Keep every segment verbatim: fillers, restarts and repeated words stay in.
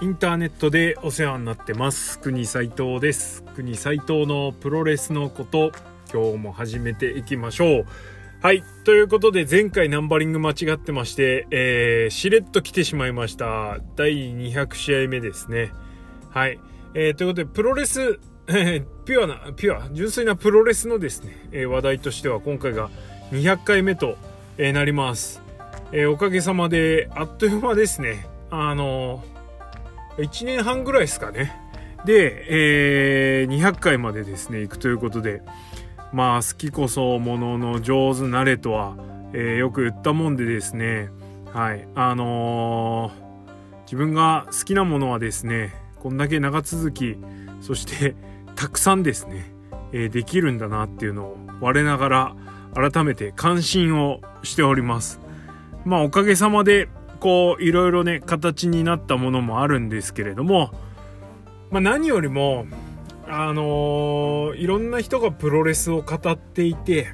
インターネットでお世話になってます国斉藤です。国斉藤のプロレスのこと、今日も始めていきましょう。はい、ということで前回ナンバリング間違ってまして、えー、しれっと来てしまいました。だいにひゃくしあいめですね。はい、えー、ということでプロレス、えー、ピュアなピュア純粋なプロレスのですね、えー、話題としては今回がにひゃっかいめと、えー、なります。えー、おかげさまであっという間ですね。あのーいちねんはんぐらいですかね。で、えー、にひゃっかいまでですね行くということで、まあ好きこそものの上手なれとは、えー、よく言ったもんでですね、はいあのー、自分が好きなものはですねこんだけ長続き、そしてたくさんですね、えー、できるんだなっていうのを我ながら改めて感心をしております。まあおかげさまでこういろいろね形になったものもあるんですけれども、まあ、何よりもあのー、いろんな人がプロレスを語っていて、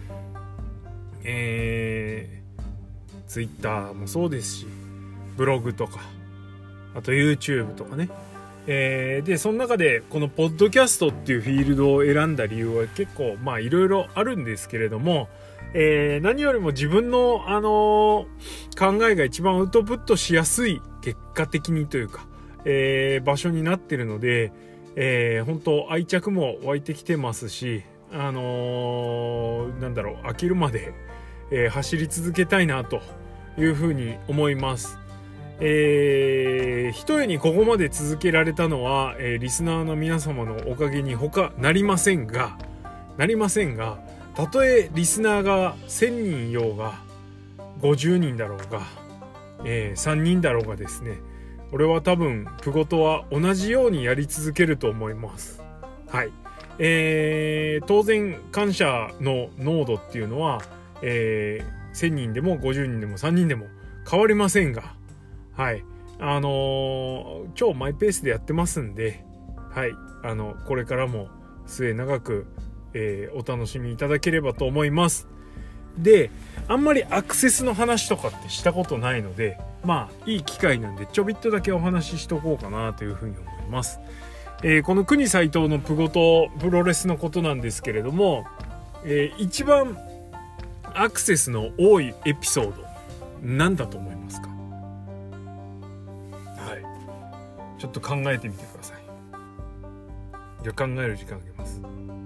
えー、ツイッターもそうですしブログとかあと YouTube とかね、えー、でその中でこのポッドキャストっていうフィールドを選んだ理由は結構まあいろいろあるんですけれども、えー、何よりも自分の、あのー、考えが一番アウトプットしやすい結果的にというか、えー、場所になってるので、えー、本当愛着も湧いてきてますし、あのー、なんだろう飽きるまで、えー、走り続けたいなというふうに思います。えー、ひとえにここまで続けられたのは、えー、リスナーの皆様のおかげに他なりませんがなりませんがたとえリスナーがせんにんいようがごじゅうにんだろうが、えー、さんにんだろうがですね、俺は多分プゴトは同じようにやり続けると思います。はい、えー、当然感謝の濃度っていうのは、えー、せんにんでもごじゅうにんでもさんにんでも変わりませんが、はいあのー、超マイペースでやってますんで、はいあのこれからも末永くえー、お楽しみいただければと思います。で、あんまりアクセスの話とかってしたことないので、まあいい機会なんでちょびっとだけお話ししとこうかなというふうに思います。えー、この国斉藤のプゴトプロレスのことなんですけれども、えー、一番アクセスの多いエピソード何だと思いますか？はい、ちょっと考えてみてください。じゃあ考える時間あげます。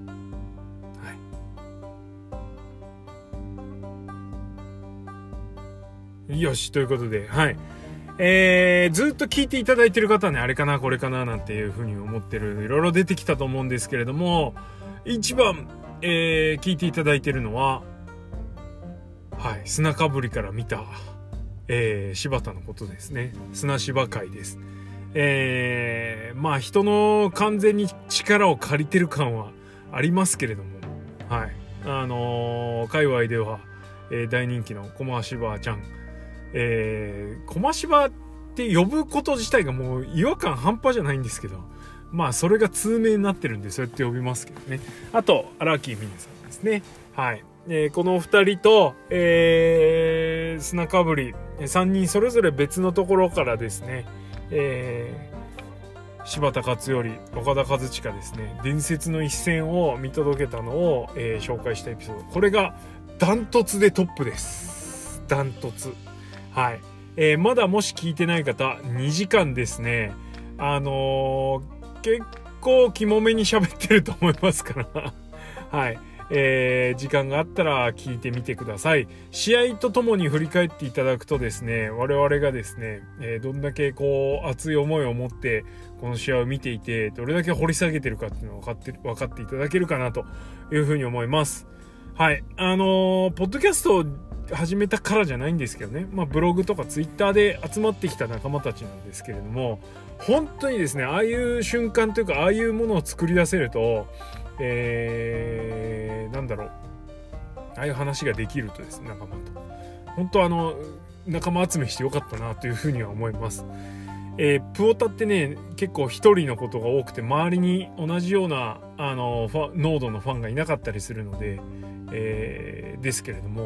よしということで、はいえー、ずっと聞いていただいてる方はねあれかなこれかななんていうふうに思ってるいろいろ出てきたと思うんですけれども、一番、えー、聞いていただいてるのは、はい、砂かぶりから見た、えー、柴田のことですね。砂柴会です。えー、まあ人の完全に力を借りてる感はありますけれども、はいあのー、界隈では、えー、大人気の駒柴ちゃん、えー、駒柴って呼ぶこと自体がもう違和感半端じゃないんですけど、まあそれが通名になってるんでそうやって呼びますけどね。あと荒木美音さんですね。はい、えー、このふたりと、えー、砂かぶりさんにんそれぞれ別のところからですね、えー、柴田勝頼岡田和親ですね伝説の一戦を見届けたのを、えー、紹介したエピソード、これがダントツでトップです。ダントツ。はい、えー、まだもし聞いてない方にじかんですね、あのー、結構肝めに喋ってると思いますからはい、えー、時間があったら聞いてみてください。試合とともに振り返っていただくとですね、我々がですね、えー、どんだけこう熱い思いを持ってこの試合を見ていてどれだけ掘り下げてるかっていうのを分かって分かっていただけるかなというふうに思います。はい、あのー、ポッドキャストを始めたからじゃないんですけどね、まあ、ブログとかツイッターで集まってきた仲間たちなんですけれども、本当にですねああいう瞬間というかああいうものを作り出せると、えー、なんだろうああいう話ができるとですね仲間と本当あの仲間集めしてよかったなというふうには思います。えー、プオタってね結構一人のことが多くて周りに同じようなあのファ濃度のファンがいなかったりするので、えー、ですけれども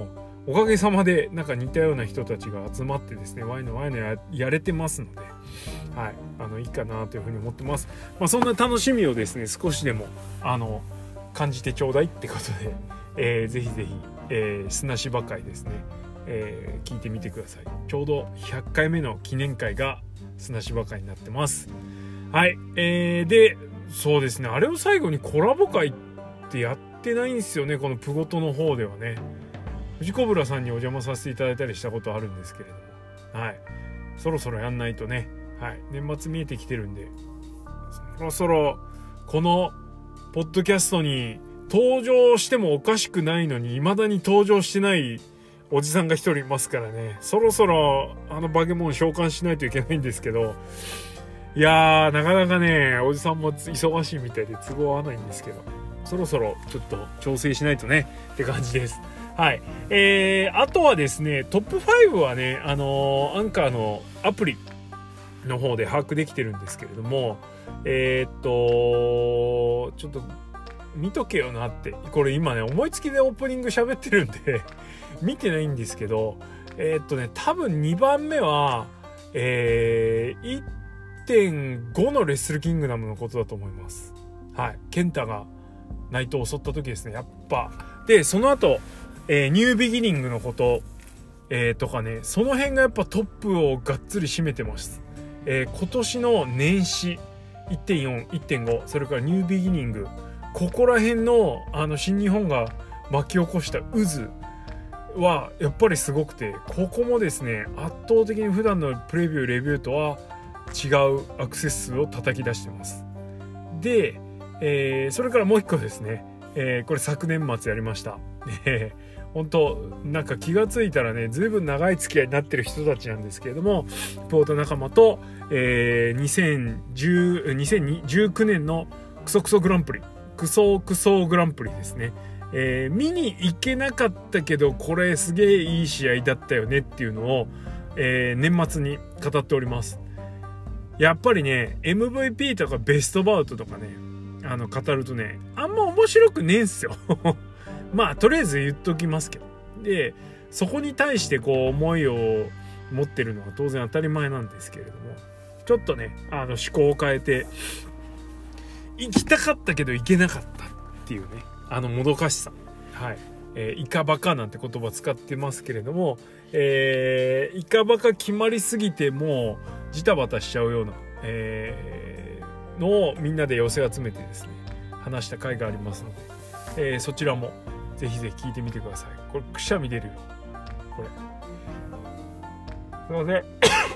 おかげさまでなんか似たような人たちが集まってですね、ワイのワイの や, やれてますので、はい、あのいいかなというふうに思ってます。まあ、そんな楽しみをですね少しでもあの感じてちょうだいってことで、えー、ぜひぜひ、えー、砂芝会ですね、えー、聞いてみてください。ちょうどひゃっかいめの記念会が砂芝会になってます。はい、えー、でそうですね、あれを最後にコラボ会ってやってないんですよね、このプゴトの方ではね。藤子ブラさんにお邪魔させていただいたりしたことあるんですけれども、はい、そろそろやんないとね、はい、年末見えてきてるんで、そろそろこのポッドキャストに登場してもおかしくないのに未だに登場してないおじさんが一人いますからね、そろそろあのバケモン召喚しないといけないんですけど、いやーなかなかねおじさんも忙しいみたいで都合合わないんですけど、そろそろちょっと調整しないとねって感じです。はい、えー、あとはですねトップファイブはね、あのー、アンカーのアプリの方で把握できてるんですけれども、えー、っとちょっと見とけよなって、これ今ね思いつきでオープニング喋ってるんで見てないんですけど、えー、っとね多分にばんめは、えー、いってんご のレッスルキングダムのことだと思います。はい、ケンタがナイトを襲った時ですね、やっぱ。でその後、えー、ニュービギニングのこと、えー、とかね、その辺がやっぱトップをがっつり占めてます。えー、今年の年始 いってんよん、いってんご、それからニュービギニング、ここら辺のあの新日本が巻き起こした渦はやっぱりすごくて、ここもですね圧倒的に普段のプレビューレビューとは違うアクセス数を叩き出してます。で、えー、それからもう一個ですね、えー、これ昨年末やりました。えー本当なんか気がついたらねずいぶん長い付き合いになってる人たちなんですけれども、ポート仲間と、えー、にせんじゅう、にせんじゅうきゅうねんのクソクソグランプリクソクソグランプリですね、えー、見に行けなかったけどこれすげえいい試合だったよねっていうのを、えー、年末に語っております。やっぱりね エムブイピー とかベストバウトとかねあの語るとねあんま面白くねえんすよまあとりあえず言っときますけど、でそこに対してこう思いを持ってるのは当然当たり前なんですけれども、ちょっとねあの思考を変えて行きたかったけど行けなかったっていうねあのもどかしさ、はい、えー、イカバカなんて言葉使ってますけれども、えー、イカバカ決まりすぎてもうジタバタしちゃうような、えー、のをみんなで寄せ集めてですね話した回がありますので、えー、そちらもぜひぜひ聞いてみてください。これくしゃみ出るよこれ、すいません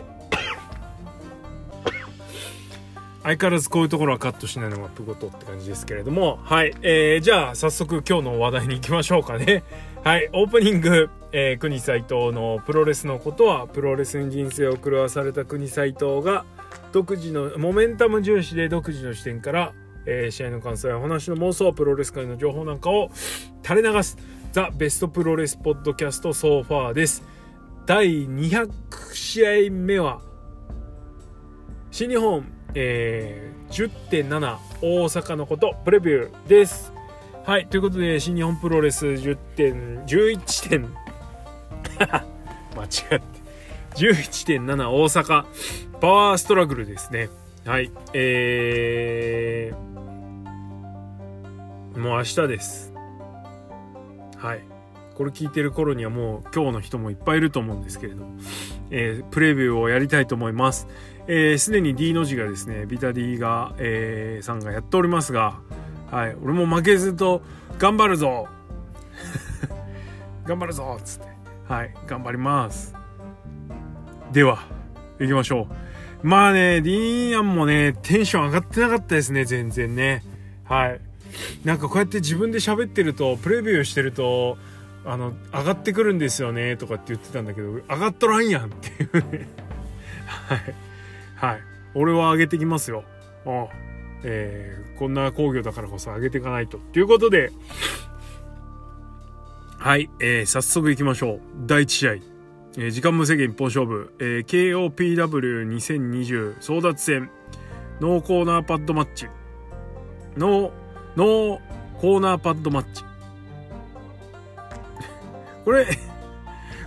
相変わらずこういうところはカットしないのがプゴトって感じですけれども、はい、えー、じゃあ早速今日の話題に行きましょうかね。はい、オープニング、えー、国斉藤のプロレスのことはプロレスに人生を狂わされた国斉藤が独自のモメンタム重視で独自の視点からえー、試合の感想やお話の妄想、プロレス界の情報なんかを垂れ流すザ・ベストプロレスポッドキャストソーファーです。だいにひゃくしあいめは新日本、えー、じゅってんなな 大阪のことプレビューです。はい、ということで新日本プロレスじゅってんじゅういちてん間違ってじゅういってんなな 大阪パワーストラグルですね。はい、えーもう明日です。はい、これ聞いてる頃にはもう今日の人もいっぱいいると思うんですけれども、えー、プレビューをやりたいと思います。えー、すでに D の字がですねビタ D が、えー、さんがやっておりますが、はい、俺も負けずと頑張るぞ頑張るぞっつって、はい、頑張ります。では行きましょう。まあね D アンもねテンション上がってなかったですね全然ね。はい、なんかこうやって自分で喋ってるとプレビューしてるとあの上がってくるんですよねとかって言ってたんだけど上がっとらんやんっていうねはいはい、俺は上げてきますよ。ああ、えー、こんな工業だからこそ上げていかないとということで、はい、えー、早速いきましょう。だいいち試合、えー、時間無制限一本勝負、えー、ケーオーピーダブリューにせんにじゅう 争奪戦ノーコーナーパッドマッチノーノーコーナーパッドマッチこれ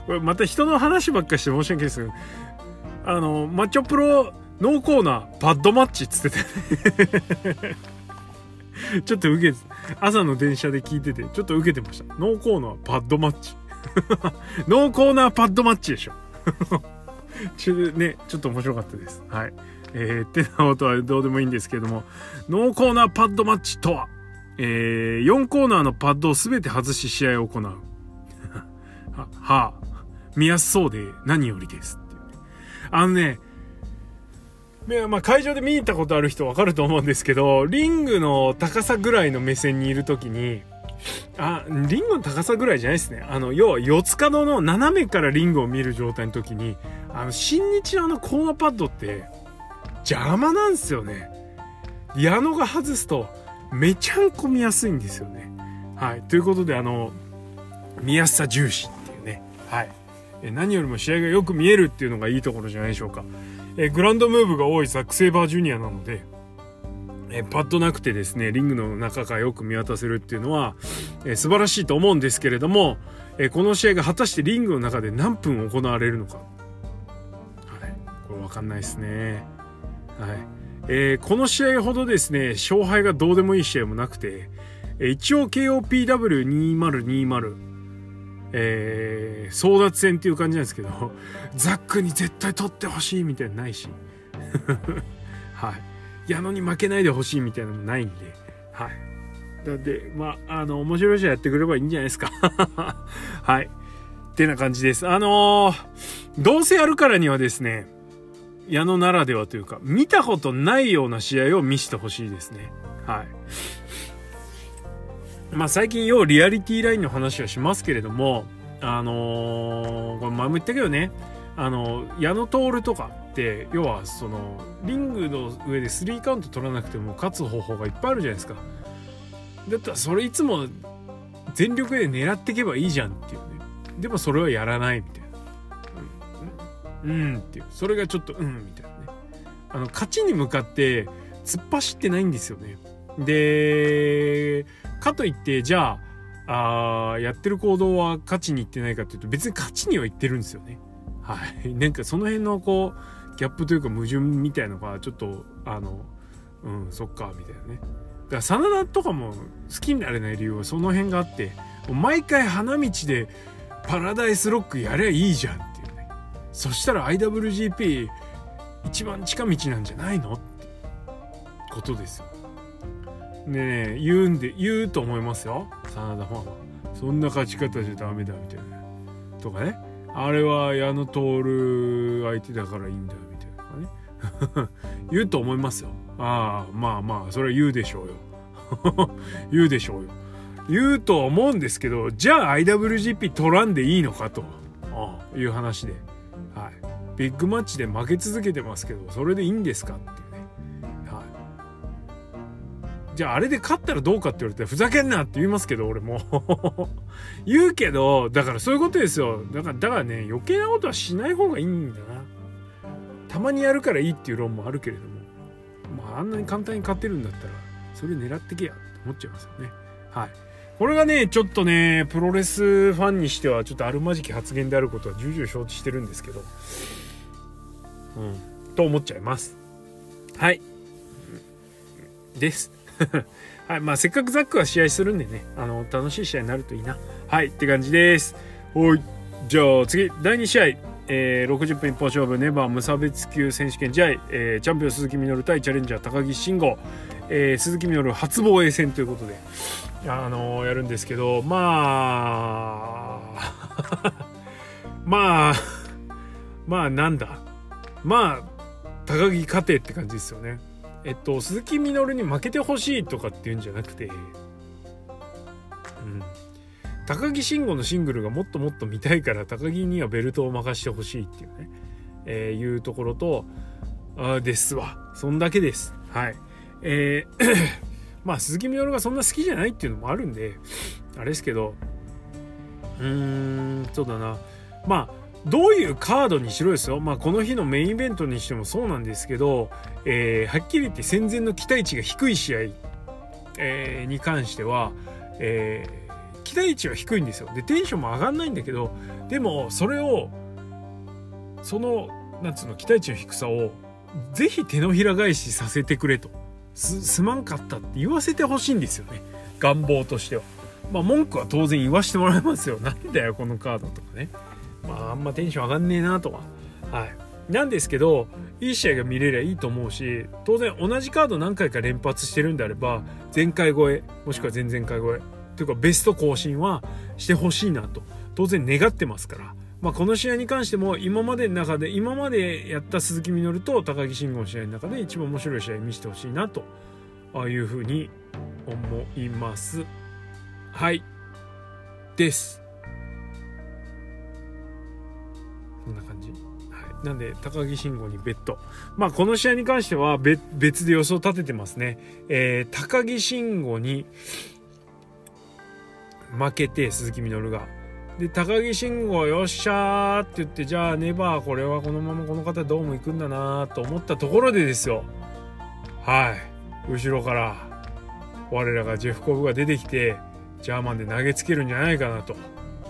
これまた人の話ばっかして申し訳ないですけど、あのマッチョプロノーコーナーパッドマッチっつっててちょっと受け朝の電車で聞いててちょっと受けてました。ノーコーナーパッドマッチノーコーナーパッドマッチでしょちょねちょっと面白かったです。はい。えー、ってなことはどうでもいいんですけども、ノーコーナーパッドマッチとは、えー、よんコーナーのパッドをすべて外し試合を行うは, はあ見やすそうで何よりですっていう、ね、あのね、まあ、会場で見に行ったことある人わかると思うんですけど、リングの高さぐらいの目線にいるときに、あ、リングの高さぐらいじゃないですね。あの、要は四つ角の斜めからリングを見る状態のときに、あの、新日のあのコーナーパッドって邪魔なんですよね。矢野が外すとめちゃんこ見やすいんですよね。はい。ということで、あの、見やすさ重視っていうね。はい。え何よりも試合がよく見えるっていうのがいいところじゃないでしょうか。えグランドムーブが多いザック・セイバージュニアなので、えパッドなくてですね、リングの中からよく見渡せるっていうのは、え素晴らしいと思うんですけれども、えこの試合が果たしてリングの中で何分行われるのか、はい、これ分かんないですね。はい。えー、この試合ほどですね、勝敗がどうでもいい試合もなくて、え一応 ケーオーピーダブリューにせんにじゅう、えー、争奪戦っていう感じなんですけど、ザックに絶対取ってほしいみたいなのないしはい、矢野に負けないでほしいみたいなのもないんで、はい。なんでまああの面白い試合やってくればいいんじゃないですかはい。ってな感じです。あのー、どうせやるからにはですね、矢野ならではというか見たことないような試合を見せてほしいですね。はい。まあ最近ようリアリティラインの話はしますけれども、あのー、これ前も言ったけどね、あの矢野徹とかって要はそのリングの上でスリーカウント取らなくても勝つ方法がいっぱいあるじゃないですか。だったらそれいつも全力で狙っていけばいいじゃんっていうね。でもそれはやらないみたいな。うん、うん、っていう、それがちょっとうんみたいなね。あの勝ちに向かって突っ走ってないんですよね。でかといってじゃあ、あやってる行動は勝ちにいってないかというと別に勝ちにはいってるんですよね。はい。なんかその辺のこうギャップというか矛盾みたいなのがちょっとあのうんそっかみたいなね。だから真田とかも好きになれない理由はその辺があって、毎回花道でパラダイスロックやりゃいいじゃんっていうね。そしたら アイダブリュージーピー 一番近道なんじゃないのってことですよ。ねえ言うんで言うと思いますよ、真田ファンは。そんな勝ち方じゃダメだみたいなとかね、あれは矢野徹相手だからいいんだみたいなとかね言うと思いますよ。ああまあまあそれは言うでしょうよ言うでしょうよ言うと思うんですけど、じゃあ アイダブリュージーピー 取らんでいいのかという話で、はい、ビッグマッチで負け続けてますけどそれでいいんですかっていうね。じゃああれで勝ったらどうかって言われてふざけんなって言いますけど俺も言うけど、だからそういうことですよ。だからだからね、余計なことはしない方がいいんだな。たまにやるからいいっていう論もあるけれども、まああんなに簡単に勝てるんだったらそれ狙ってけやって思っちゃいますよね。はい。これがねちょっとねプロレスファンにしてはちょっとあるまじき発言であることは重々承知してるんですけど、うんと思っちゃいます。はいですはい、まあせっかくザックは試合するんでね、あの楽しい試合になるといいな。はいって感じです。はい、じゃあ次だいに試合、えー、ろくじゅっぷん一本勝負ネバー無差別級選手権試合、えー、チャンピオン鈴木みのる対チャレンジャー高木慎吾、えー、鈴木みのる初防衛戦ということで、あのー、やるんですけど、まあまあまあなんだまあ高木勝てって感じですよね。えっと、鈴木みのるに負けてほしいとかっていうんじゃなくて、うん、高木慎吾のシングルがもっともっと見たいから高木にはベルトを任してほしいっていうね、えー、いうところとあですわ。そんだけです。はい。えー、まあ鈴木みのるがそんな好きじゃないっていうのもあるんであれですけど、うーんそうだな、まあどういうカードにしろですよ。まあこの日のメインイベントにしてもそうなんですけど、えー、はっきり言って戦前の期待値が低い試合、えー、に関しては、えー、 期待値は低いんですよ。でテンションも上がんないんだけど、でもそれをそのなんつうの期待値の低さをぜひ手のひら返しさせてくれと、すすまんかったって言わせてほしいんですよね、願望としては。まあ文句は当然言わしてもらいますよ。なんだよこのカードとかね、まああんまテンション上がんねえなとか、はい、なんですけどいい試合が見れりゃいいと思うし、当然同じカード何回か連発してるんであれば前回超えもしくは前々回超えというかベスト更新はしてほしいなと当然願ってますから、まあ、この試合に関しても今までの中で今までやった鈴木みのると高木慎吾の試合の中で一番面白い試合見せてほしいなというふうに思います。はいですこんな感じ、はい、なんで高木慎吾にベット、まあこの試合に関しては 別, 別で予想立ててますね。えー、高木慎吾に負けて鈴木みのるがで高木慎吾よっしゃーって言って、じゃあネバーこれはこのままこの方ドーム行くんだなと思ったところでですよ、はい後ろから我らがジェフコブが出てきてジャーマンで投げつけるんじゃないかなと、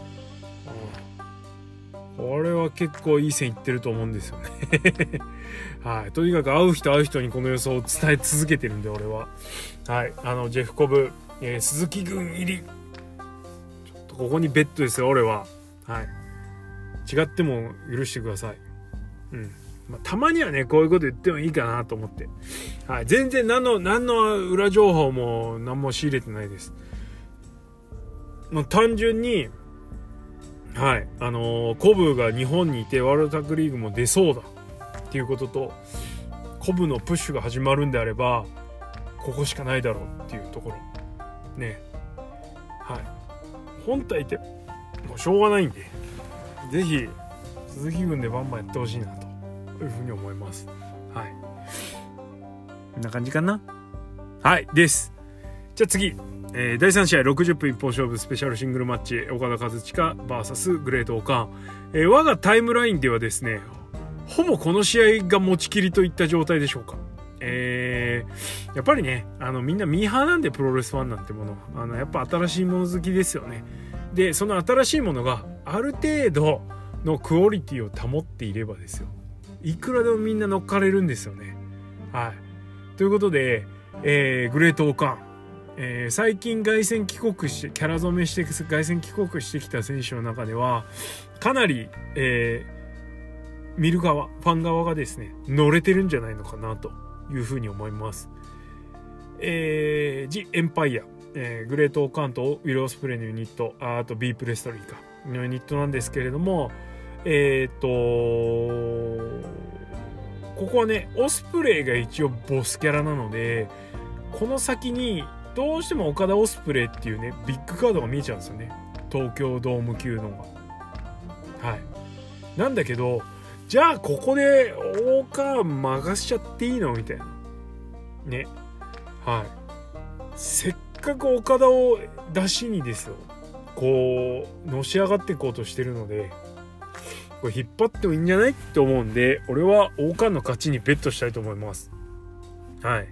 これは結構いい線いってると思うんですよねはい、とにかく会う人会う人にこの予想を伝え続けてるんで俺は、はい、あのジェフコブ、えー、鈴木軍入りちょっとここにベッドですよ俺は、はい、違っても許してください、うんまあ、たまにはねこういうこと言ってもいいかなと思って、はい、全然何の何の裏情報も何も仕入れてないです。もう単純にはいあのー、コブが日本にいてワールドタッグリーグも出そうだっていうことと、コブのプッシュが始まるんであればここしかないだろうっていうところね、はい本体ってもうしょうがないんでぜひ鈴木軍でバンバンやってほしいなというふうに思います。はいこんな感じかな。はいです。じゃあ次、えー、だいさん試合ろくじゅっぷん一本勝負スペシャルシングルマッチ岡田和親 ブイエス グレートオカン、えー、我がタイムラインではですねほぼこの試合が持ちきりといった状態でしょうか。えー、やっぱりねあのみんなミーハーなんでプロレスファンなんてものあのやっぱ新しいもの好きですよね。でその新しいものがある程度のクオリティを保っていればですよいくらでもみんな乗っかれるんですよね。はいということで、えー、グレートオカンえー、最近凱旋帰国してキャラ染めして凱旋帰国してきた選手の中ではかなり、えー、見る側ファン側がですね乗れてるんじゃないのかなというふうに思います。えー、ジ・エンパイア、えー、グレートオカンとウィル・オスプレイのユニット あ, あと B プレストリーかのユニットなんですけれども、えっ、ー、とここはねオスプレイが一応ボスキャラなのでこの先にどうしても岡田オスプレイっていうねビッグカードが見えちゃうんですよね東京ドーム級のが。はいなんだけどじゃあここでオカン任しちゃっていいのみたいなね。はいせっかく岡田を出しにですよこうのし上がっていこうとしてるのでこれ引っ張ってもいいんじゃないって思うんで俺はオカンの勝ちにベットしたいと思います。はい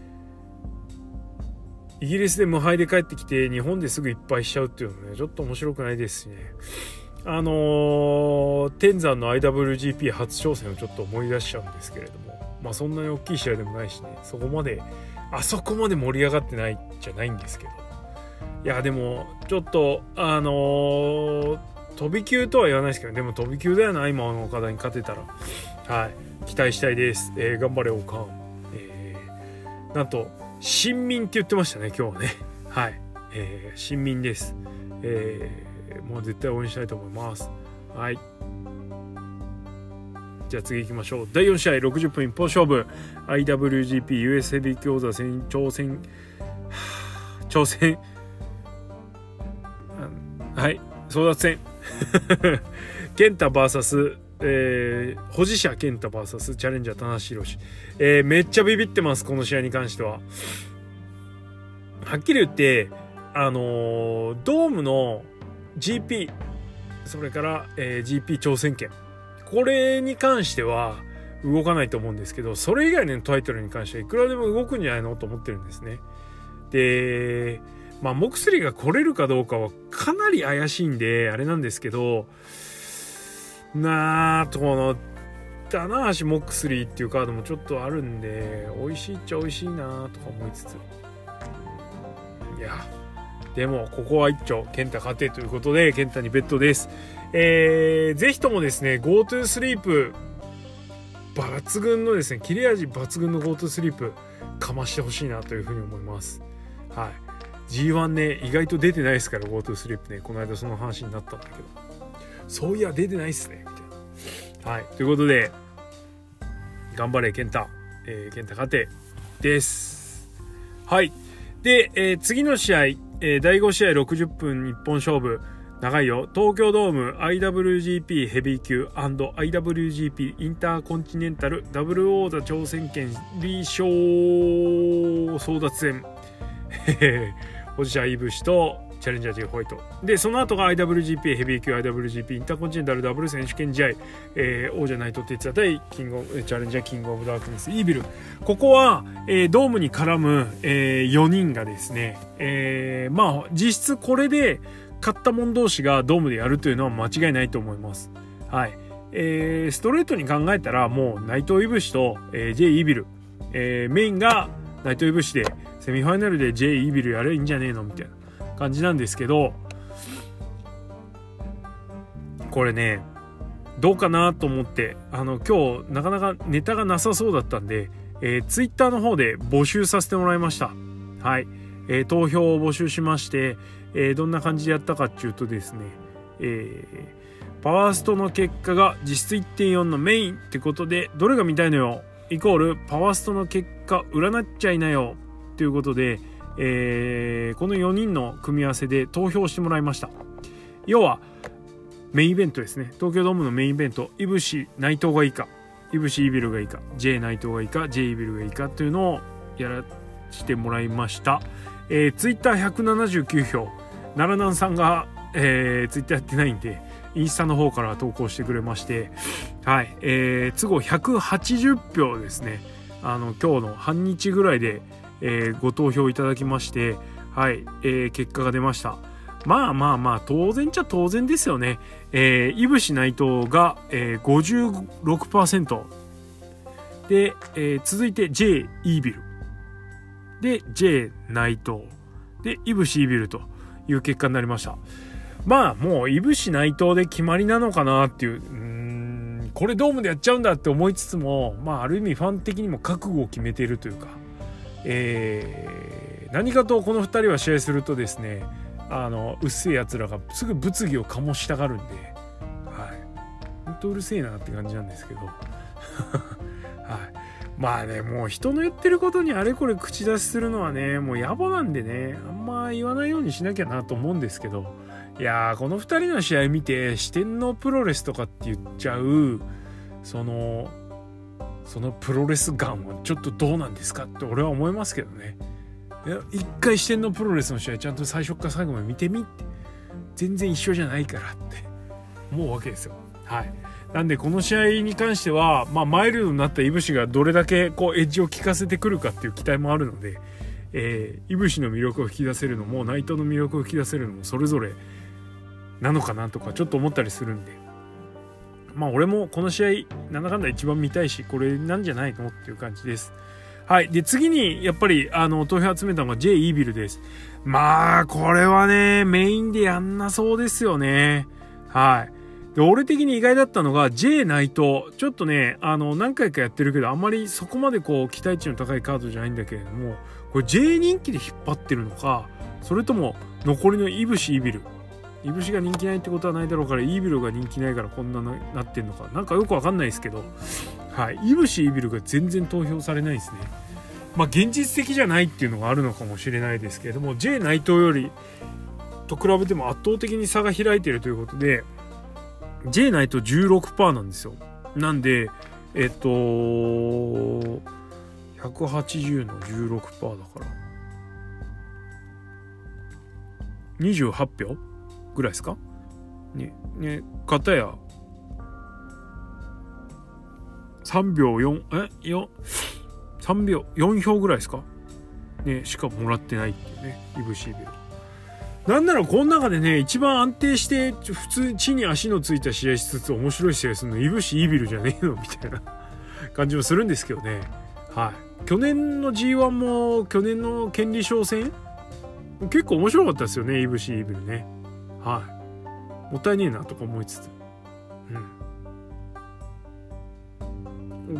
イギリスで無敗で帰ってきて日本ですぐいっぱいしちゃうっていうのもねちょっと面白くないですしね。あのー、天山の アイダブリュージーピー 初挑戦をちょっと思い出しちゃうんですけれどもまあそんなに大きい試合でもないしねそこまであそこまで盛り上がってないじゃないんですけどいやでもちょっとあのー、飛び級とは言わないですけどでも飛び級だよな今の岡田に勝てたらはい期待したいです、えー、頑張れオカン、えー、なんと新民って言ってましたね今日はねはい、えー、新民です、えー、もう絶対応援したいと思います。はいじゃあ次行きましょう。だいよん試合ろくじゅっぷん一本勝負 アイダブリュージーピー ユーエス ヘビー級王座戦挑戦挑戦はい争奪戦健太 ブイエス、えー、保持者健太 ブイエス チャレンジャー棚橋宏、えー、めっちゃビビってますこの試合に関しては。はっきり言ってあのー、ドームの ジーピー それから、えー、ジーピー 挑戦権これに関しては動かないと思うんですけどそれ以外のタイトルに関してはいくらでも動くんじゃないのと思ってるんですね。でまあモクスリーが来れるかどうかはかなり怪しいんであれなんですけど、なあとこの棚橋モクスリーっていうカードもちょっとあるんで、美味しいっちゃ美味しいなとか思いつつ、いやでもここは一丁健太勝てということで健太にベットです。えー、ぜひともですね GoTo スリープ抜群のですね、切れ味抜群の GoTo スリープかましてほしいなというふうに思います。はい、 ジーワン ね意外と出てないですから GoTo スリープね、この間その話になったんだけど、そういや出てないっすねみたいな。はい、ということで頑張れ健太、えー、健太勝てです。はい、で、えー、次の試合、えー、だいご試合ろくじゅっぷん日本勝負長いよ。東京ドーム アイダブリュージーピー ヘビー級 &アイダブリュージーピー インターコンチネンタルダブル王座挑戦権リーショー争奪戦保持者イブシとチャレンジャー J ホワイトで、その後が アイダブリュージーピー ヘビー級 アイダブリュージーピー インターコンチネンタルダブル選手権試合、えー、王者内藤哲也対キングオブチャレンジャーキングオブダークネスイービル。ここは、えー、ドームに絡む、えー、よにんがですね、えー、まあ実質これで勝った者同士がドームでやるというのは間違いないと思います。はい、えー、ストレートに考えたらもう内藤いぶしと、えー、J イービル、えー、メインが内藤いぶしでセミファイナルで J イービルやればいいんじゃねえのみたいな感じなんですけど、これねどうかなと思って、あの今日なかなかネタがなさそうだったんで、えー、ツイッターの方で募集させてもらいました。はい、えー、投票を募集しまして、えー、どんな感じでやったかっていうとですね、えー、パワーストの結果が実質 いってんよん のメインってことで、どれが見たいのよイコールパワーストの結果占っちゃいなよということで、えー、このよにんの組み合わせで投票してもらいました。要はメインイベントですね、東京ドームのメインイベント、いぶし内藤がいいかいぶしイービルがいいか J 内藤がいいか J イービルがいいかというのをやらしてもらいました。えー、ツイッターひゃくななじゅうきゅうひょう、奈良南さんが、えー、ツイッターやってないんでインスタの方から投稿してくれまして、はい、えー、都合ひゃくはちじゅうひょうですね、あの今日の半日ぐらいで、えー、ご投票いただきまして、はい、えー、結果が出ました。まあまあまあ当然っちゃ当然ですよね。えー、いぶし内藤が、えー、ごじゅうろくパーセント で、えー、続いて J イービルで J 内藤でいぶしイービルという結果になりました。まあもういぶし内藤で決まりなのかなっていう、うーんこれドームでやっちゃうんだって思いつつも、まあある意味ファン的にも覚悟を決めているというか、えー、何かとこのふたりは試合するとですね、あのうっせえやつらがすぐ物議を醸したがるんで、はい、ほんとうるせえなって感じなんですけどはい、まあねもう人の言ってることにあれこれ口出しするのはねもう野暮なんでね、あんま言わないようにしなきゃなと思うんですけど、いやーこのふたりの試合見て四天王プロレスとかって言っちゃうそのそのプロレス感はちょっとどうなんですかって俺は思いますけどね。いや一回四天王プロレスの試合ちゃんと最初から最後まで見てみって、全然一緒じゃないからって思うわけですよ。はい、なんでこの試合に関しては、まあ、マイルドになったいぶしがどれだけこうエッジを効かせてくるかっていう期待もあるので、えー、いぶしの魅力を引き出せるのも内藤の魅力を引き出せるのもそれぞれなのかなとかちょっと思ったりするんで、まあ俺もこの試合なんだかんだ一番見たいしこれなんじゃないのっていう感じです。はい、で次にやっぱりあの投票集めたのが J イービルです。まあこれはねメインでやんなそうですよね。はい、で俺的に意外だったのが J 内藤、ちょっとねあの何回かやってるけどあんまりそこまでこう期待値の高いカードじゃないんだけれども、これ J 人気で引っ張ってるのか、それとも残りのいぶしイービル、いぶしが人気ないってことはないだろうからイービルが人気ないからこんななってんのかなんかよくわかんないですけど、はい、いぶしイービルが全然投票されないですね。まあ現実的じゃないっていうのがあるのかもしれないですけれども、 J 内藤よりと比べても圧倒的に差が開いているということで J 内藤 じゅうろくパーセント なんですよ。なんでえっとひゃくはちじゅうの じゅうろくパーセント だからにじゅうはちひょうぐらいですかね。ね、かたやさんびょうよんえよさんびょうよんひょうぐらいですかねしかもらってないっていうね、いぶしイービル。 なんならこの中でね、一番安定して普通地に足のついた試合しつつ面白い試合するのイブシイービルじゃねえのみたいな感じもするんですけどね。はい。去年の ジーワン も去年の権利賞戦結構面白かったですよね、イブシイービルね。はい。もったいねえなとか思いつつ。うん。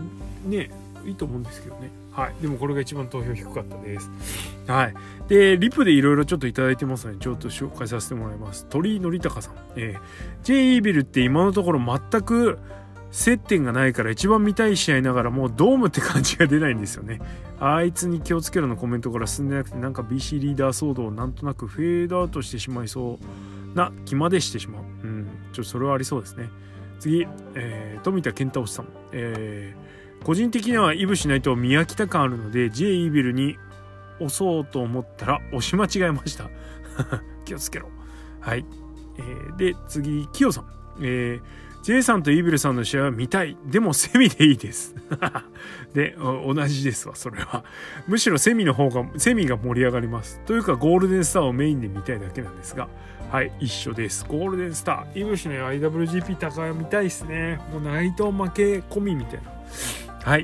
ねえ、いいと思うんですけどね。はい。でもこれが一番投票低かったです。はい。で、リプでいろいろちょっといただいてますので、ちょっと紹介させてもらいます。鳥居則隆さん。えー、J イービルって今のところ全く接点がないから一番見たい試合ながらもうドームって感じが出ないんですよね。あいつに気をつけろのコメントから進んでなくて、なんか ビーシー リーダー騒動をなんとなくフェードアウトしてしまいそうな気までしてしまう。うん。ちょっとそれはありそうですね。次、えー、富田健太郎さん。えー、個人的にはイブしないと宮北感あるので J イービルに押そうと思ったら押し間違えました気をつけろ。はい、えー、で次キヨさん、えー、J さんとイービルさんの試合は見たい、でもセミでいいですで同じですわ。それはむしろセミの方がセミが盛り上がります。というかゴールデンスターをメインで見たいだけなんですが、はい、一緒です。ゴールデンスターイブシの アイダブリュージーピー 高山見たいですね。もう内藤負け込みみたいな。はい、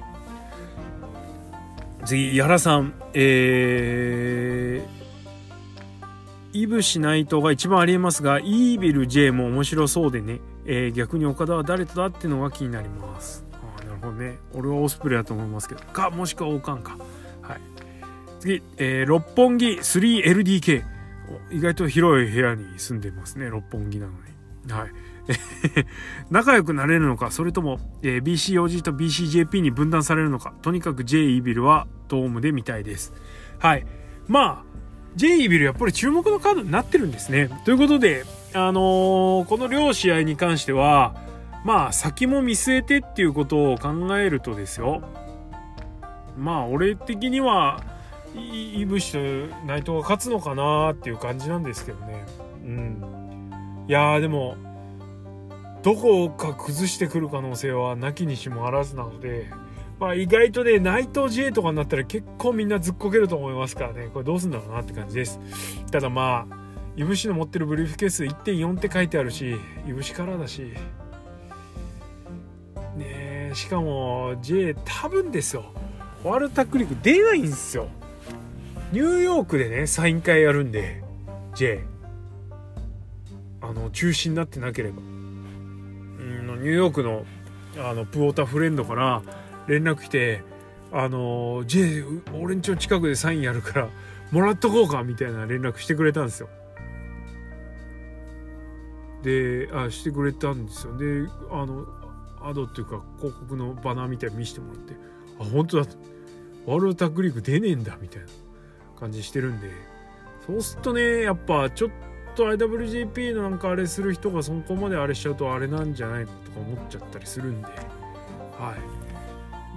次、矢原さん、えー、イブシ内藤が一番ありえますが、イービル J も面白そうでね、えー、逆に岡田は誰とだっていうのが気になります。あ、なるほどね。俺はオスプレイだと思いますけど、か、もしくは王冠か。はい。次、えー、六本木 スリーエルディーケー。意外と広い部屋に住んでますね、六本木なのに。はい。仲良くなれるのか、それとも、えー、ビーシーオージー と ビーシージェーピー に分断されるのか。とにかく J イービルはドームで見たいです。はい。まあ J イービルやっぱり注目のカードになってるんですね。ということで、あのー、この両試合に関してはまあ先も見据えてっていうことを考えるとですよ、まあ俺的にはイブシと内藤が勝つのかなっていう感じなんですけどね。うん。いやーでもどこか崩してくる可能性はなきにしもあらずなので、まあ意外とね、内藤 J とかになったら結構みんなずっこけると思いますからね、これどうすんだろうなって感じです。ただまあ、イブシの持ってるブリーフケース いってんよん って書いてあるし、イブシカラーだし、ねえ、しかも J 多分ですよ、ワールドタックリーグ出ないんですよ。ニューヨークでね、サイン会やるんで、J。あの、中止になってなければ。ニューヨークのあのプオーターフレンドから連絡来て、あの J 俺んちの近くでサインやるからもらっとこうかみたいな連絡してくれたんですよ。で、あしてくれたんですよ。で、あのアドっていうか広告のバナーみたいに見せてもらって、あ本当だ、ワールドタッグリーグ出ねえんだみたいな感じしてるんで、そうするとね、やっぱちょっとアイダブリュージーピー のなんかあれする人がそこまであれしちゃうとあれなんじゃないとか思っちゃったりするんで、はい、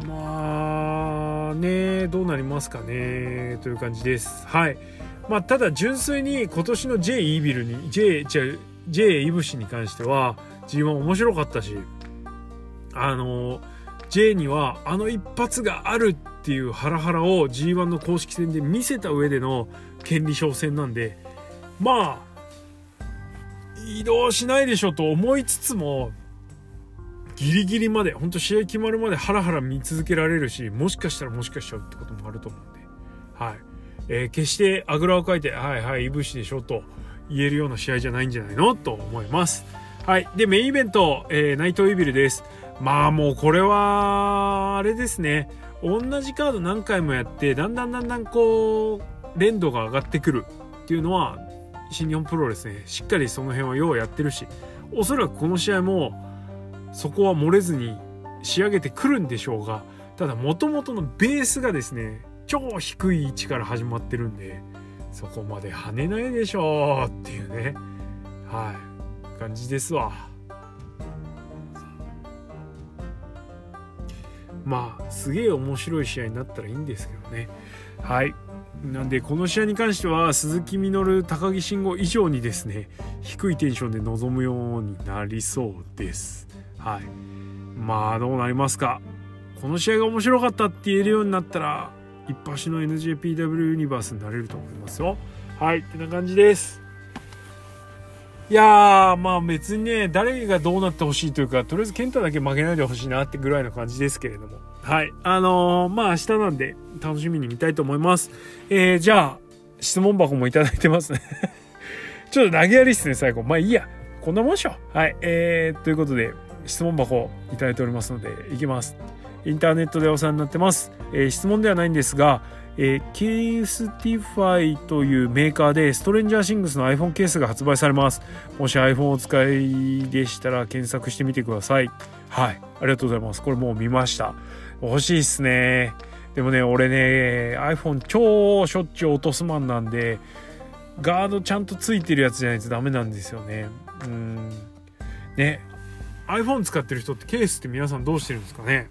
まあね、どうなりますかねという感じです。はい。まあただ純粋に今年の J イービルに J J J イブシに関しては ジーワン 面白かったし、あの J にはあの一発があるっていうハラハラを ジーワン の公式戦で見せた上での権利賞戦なんで、まあ移動しないでしょと思いつつも、ギリギリまで本当試合決まるまでハラハラ見続けられるし、もしかしたらもしかしちゃうってこともあると思うんで、はい、えー、決してあぐらをかいてはいはいイブシでしょと言えるような試合じゃないんじゃないのと思います。はい。でメインイベント、えー、ナイトイービルです。まあもうこれはあれですね、同じカード何回もやってだんだんだんだんこう連動が上がってくるっていうのは新日本プロレスね、しっかりその辺はようやってるし、おそらくこの試合もそこは漏れずに仕上げてくるんでしょうが、ただ元々のベースがですね超低い位置から始まってるんで、そこまで跳ねないでしょうっていうね、はい感じですわ。まあすげえ面白い試合になったらいいんですけどね。はい。なんでこの試合に関しては鈴木みのる、高木慎吾以上にですね低いテンションで臨むようになりそうです。はい。まあどうなりますか。この試合が面白かったって言えるようになったら一発の エヌジェーピーダブリュー ユニバースになれると思いますよ。はい、ってな感じです。 いやー、まあ別にね、誰がどうなってほしいというか、とりあえず健太だけ負けないでほしいなってぐらいの感じですけれども。はい。あのー、まあ明日なんで楽しみに見たいと思います。えー、じゃあ、質問箱もいただいてますね。ちょっと投げやりっすね、最後。まあいいや。こんなもんしょ。はい。えー、ということで、質問箱いただいておりますので、いきます。インターネットでお世話になってます。えー、質問ではないんですが、えー、ケースティファイというメーカーでストレンジャーシングスの iPhone ケースが発売されます。もし iPhone をお使いでしたら検索してみてください。はい、ありがとうございます。これもう見ました。欲しいっすね。でもね、俺ね iPhone 超しょっちゅう落とすマンなんで、ガードちゃんとついてるやつじゃないとダメなんですよね。うーんね、 iPhone 使ってる人ってケースって皆さんどうしてるんですかね。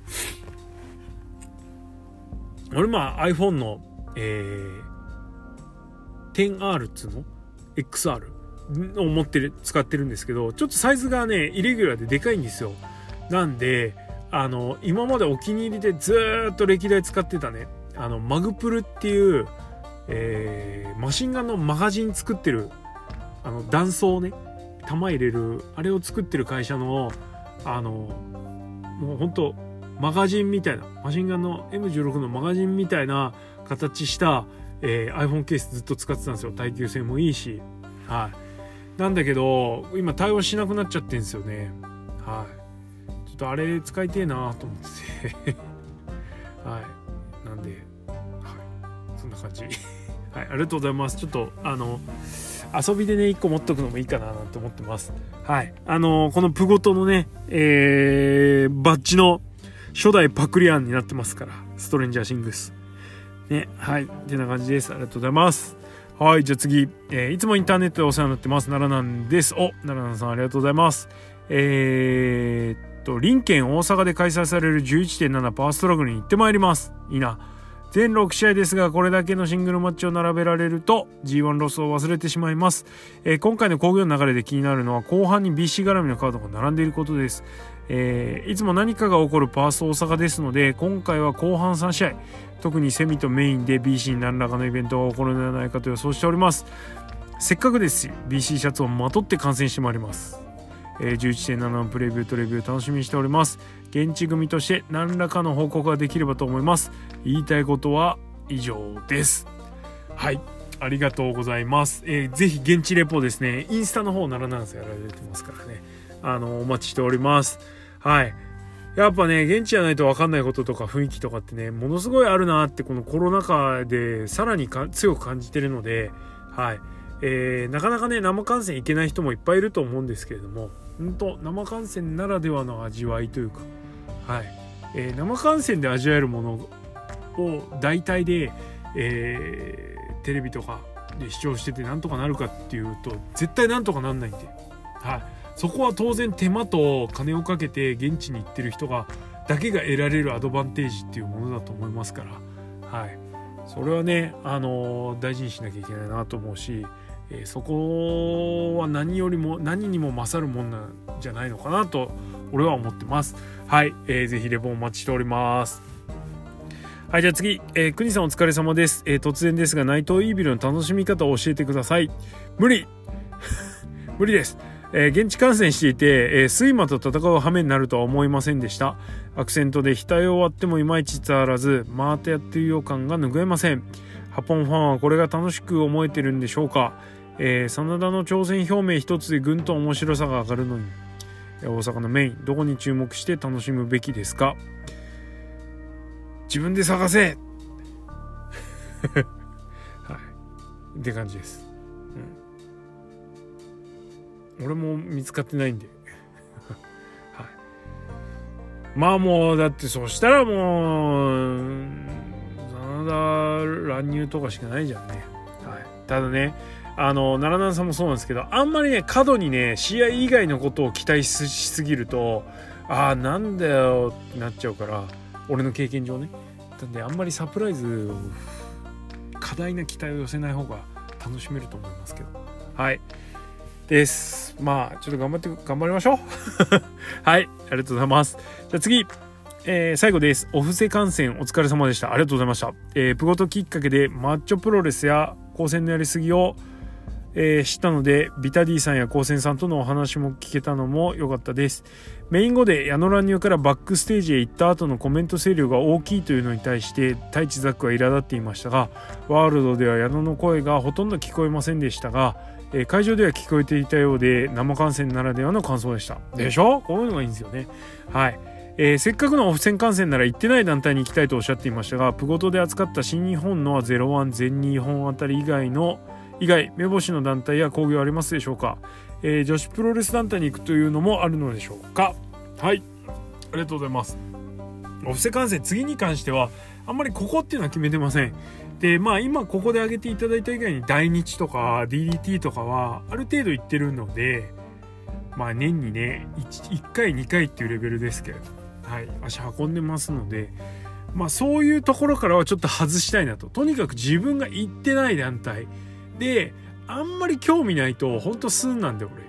俺まあ iPhone の、えー、テンアール っつうの エックスアール を持ってる使ってるんですけど、ちょっとサイズがねイレギュラーででかいんですよ。なんであの今までお気に入りでずーっと歴代使ってたね、あのマグプルっていう、えー、マシンガンのマガジン作ってる、あの弾倉ね、弾入れるあれを作ってる会社のあのもうほんとマガジンみたいな、マシンガンの エムじゅうろく のマガジンみたいな形した、えー、iPhone ケースずっと使ってたんですよ。耐久性もいいし、はい。なんだけど今対応しなくなっちゃってんですよね。はい。ちょっとあれ使いてえなと思っててはい。なんで、はい、そんな感じはい、ありがとうございます。ちょっとあの遊びでねいっこ持っとくのもいいかななんて思ってます。はい。あのこのプゴトのね、えー、バッジの初代パクリアンになってますから、ストレンジャーシングスね。はい、ってな感じです。ありがとうございます。はい、じゃあ次、えー、いつもインターネットでお世話になってます奈良なんです。お、奈良なんさんありがとうございます。えー、っと林県大阪で開催される じゅういってんなな パワーストラグルに行ってまいります。いいな。全ろく試合ですが、これだけのシングルマッチを並べられると ジーワン ロスを忘れてしまいます。えー、今回の興行の流れで気になるのは後半に ビーシー 絡みのカードが並んでいることです。えー、いつも何かが起こるパース大阪ですので、今回は後半さん試合、特にセミとメインで ビーシー に何らかのイベントが起こるのではないかと予想しております。せっかくですし ビーシー シャツをまとって観戦してまいります。えー、じゅういってんなな のプレビューとレビュー楽しみにしております。現地組として何らかの報告ができればと思います。言いたいことは以上です。はい、ありがとうございます。えー、ぜひ現地レポですね、インスタの方ならなんせやられてますからね、あのお待ちしております。はい、やっぱね現地じゃないと分かんないこととか雰囲気とかってねものすごいあるなって、このコロナ禍でさらにか強く感じてるので、はい、えー、なかなかね生観戦行けない人もいっぱいいると思うんですけれども、本当生観戦ならではの味わいというか、はい、えー、生観戦で味わえるものを大体で、えー、テレビとかで視聴しててなんとかなるかっていうと絶対なんとかなんないんで、はい、そこは当然手間と金をかけて現地に行ってる人がだけが得られるアドバンテージっていうものだと思いますから、はい、それはね、あのー、大事にしなきゃいけないなと思うし、えー、そこは何よりも何にも勝るもんなんじゃないのかなと俺は思ってます。はい、えー、ぜひレポンお待ちしております。はい、じゃあ次、えー、国さんお疲れ様です。えー、突然ですがナイトイービルの楽しみ方を教えてください。無理無理です。えー、現地観戦していて、えー、睡魔と戦う羽目になるとは思いませんでした。アクセントで額を割ってもいまいち伝わらず、またやっている予感が拭えません。ハポンファンはこれが楽しく思えてるんでしょうか。えー、真田の挑戦表明一つでぐんと面白さが上がるのに、大阪のメインどこに注目して楽しむべきですか。自分で探せはいって感じです、うん、俺も見つかってないんではい、まあもうだってそしたらもう真田乱入とかしかないじゃんね、はい、ただねあの奈良南さんもそうなんですけど、あんまりね過度にね試合以外のことを期待しすぎると、ああなんだよってなっちゃうから、俺の経験上ね、なんであんまりサプライズ過大な期待を寄せない方が楽しめると思いますけど、はいです。まあちょっと頑張って頑張りましょうはいありがとうございます。じゃあ次、えー、最後です。お布施観戦お疲れ様でした。ありがとうございました。えー、プゴトきっかけでマッチョプロレスや高専のやりすぎをえー、知ったので、ビタディさんや高専さんとのお話も聞けたのも良かったです。メイン後で矢野乱入からバックステージへ行った後のコメント声量が大きいというのに対して太一ザックは苛立っていましたが、ワールドでは矢野の声がほとんど聞こえませんでしたが、えー、会場では聞こえていたようで生観戦ならではの感想でした。でしょ？こういうのがいいんですよね。はい。えー、せっかくのオフ戦観戦なら行ってない団体に行きたいとおっしゃっていましたが、プゴトで扱った新日本のゼロワン全日本あたり以外の以外目星の団体や興行ありますでしょうか。えー、女子プロレス団体に行くというのもあるのでしょうか。はい、ありがとうございます。オフセ観戦次に関してはあんまりここっていうのは決めてません。でまあ今ここで挙げていただいた以外に大日とか ディーディーティー とかはある程度行ってるので、まあ年にね 1, いっかいにかいっていうレベルですけれど、はい、足運んでますので、まあそういうところからはちょっと外したいなと。とにかく自分が行ってない団体であんまり興味ないとほんとスンなんで俺、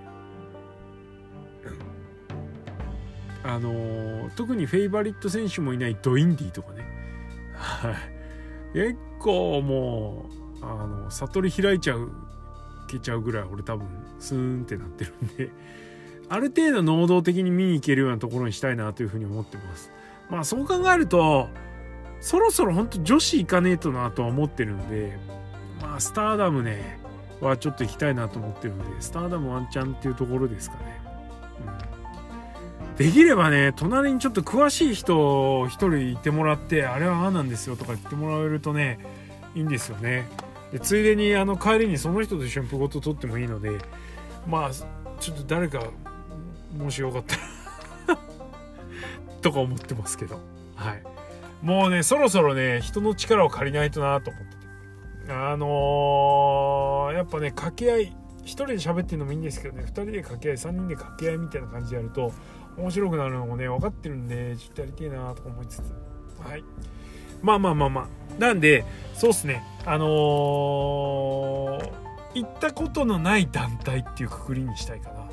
あのー、特にフェイバリット選手もいないドインディとかね、はい、結構もうあの悟り開いちゃうけちゃうぐらい俺多分スーンってなってるんで、ある程度能動的に見に行けるようなところにしたいなというふうに思ってます。まあそう考えるとそろそろ本当女子行かねえとなとは思ってるんで、まあスターダムねはちょっと行きたいなと思ってるんで、スターダムワンチャンっていうところですかね。うん、できればね隣にちょっと詳しい人一人いてもらって、あれはああなんですよとか言ってもらえるとねいいんですよね。でついでにあの帰りにその人と一緒にプゴト取ってもいいので、まあちょっと誰かもしよかったらとか思ってますけど、はい、もうねそろそろね人の力を借りないとなと思ってて、あのー、やっぱね掛け合い一人で喋ってるのもいいんですけどね、二人で掛け合い三人で掛け合いみたいな感じでやると面白くなるのもね分かってるんで、ちょっとやりてえなとか思いつつ、はい、まあまあまあまあなんでそうっすね、あのー、行ったことのない団体っていうくくりにしたいかな。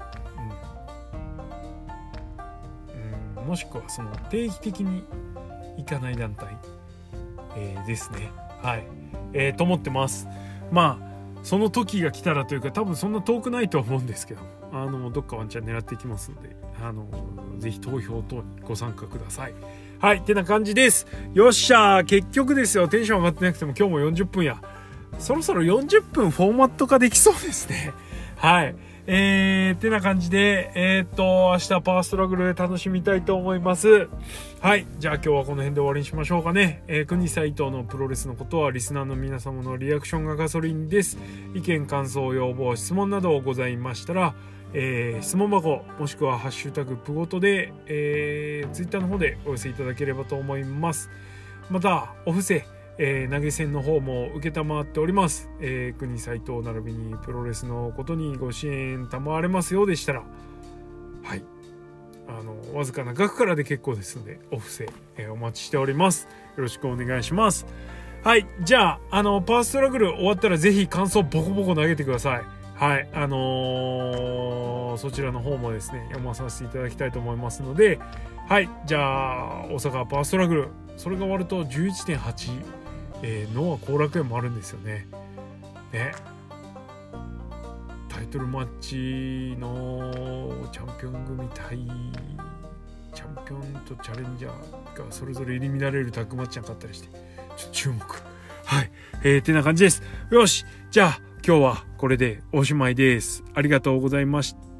うん、うん、もしくはその定期的に行かない団体、えー、ですね。はい、えー、と思ってます。まあその時が来たらというか多分そんな遠くないと思うんですけど、あのどっかワンチャン狙っていきますので、あのぜひ投票等にご参加ください。はい、ってな感じです。よっしゃー、結局ですよ、テンション上がってなくても今日もよんじゅっぷんや、そろそろよんじゅっぷんフォーマット化できそうですね。はい、えー、ってな感じでえー、っと明日パワーストラグル楽しみたいと思います。はい、じゃあ今日はこの辺で終わりにしましょうかね。えー、国斉藤のプロレスのことはリスナーの皆様のリアクションがガソリンです。意見感想要望質問などございましたら、えー、質問箱もしくはハッシュタグプゴトで、えー、ツイッターの方でお寄せいただければと思います。またお布施、えー、投げ銭の方も受けたまっております。えー、国斉藤並びにプロレスのことにご支援賜われますようでしたら、はい、あのわずかな額からで結構ですのでお布施、えー、お待ちしております。よろしくお願いします。はい、じゃああのパワーストラグル終わったらぜひ感想ボコボコ投げてください。はい、あのー、そちらの方もですね読まさせていただきたいと思いますので、はい、じゃあ大阪パワーストラグルそれが終わると じゅういってんはち、えー、ノア後楽園もあるんですよね。ね、タイトルマッチのチャンピオン組対チャンピオンとチャレンジャーがそれぞれ入り乱れるタッグマッチなかったりしてちょっと注目。はい、えー、ってな感じです。よし、じゃあ今日はこれでおしまいです。ありがとうございました。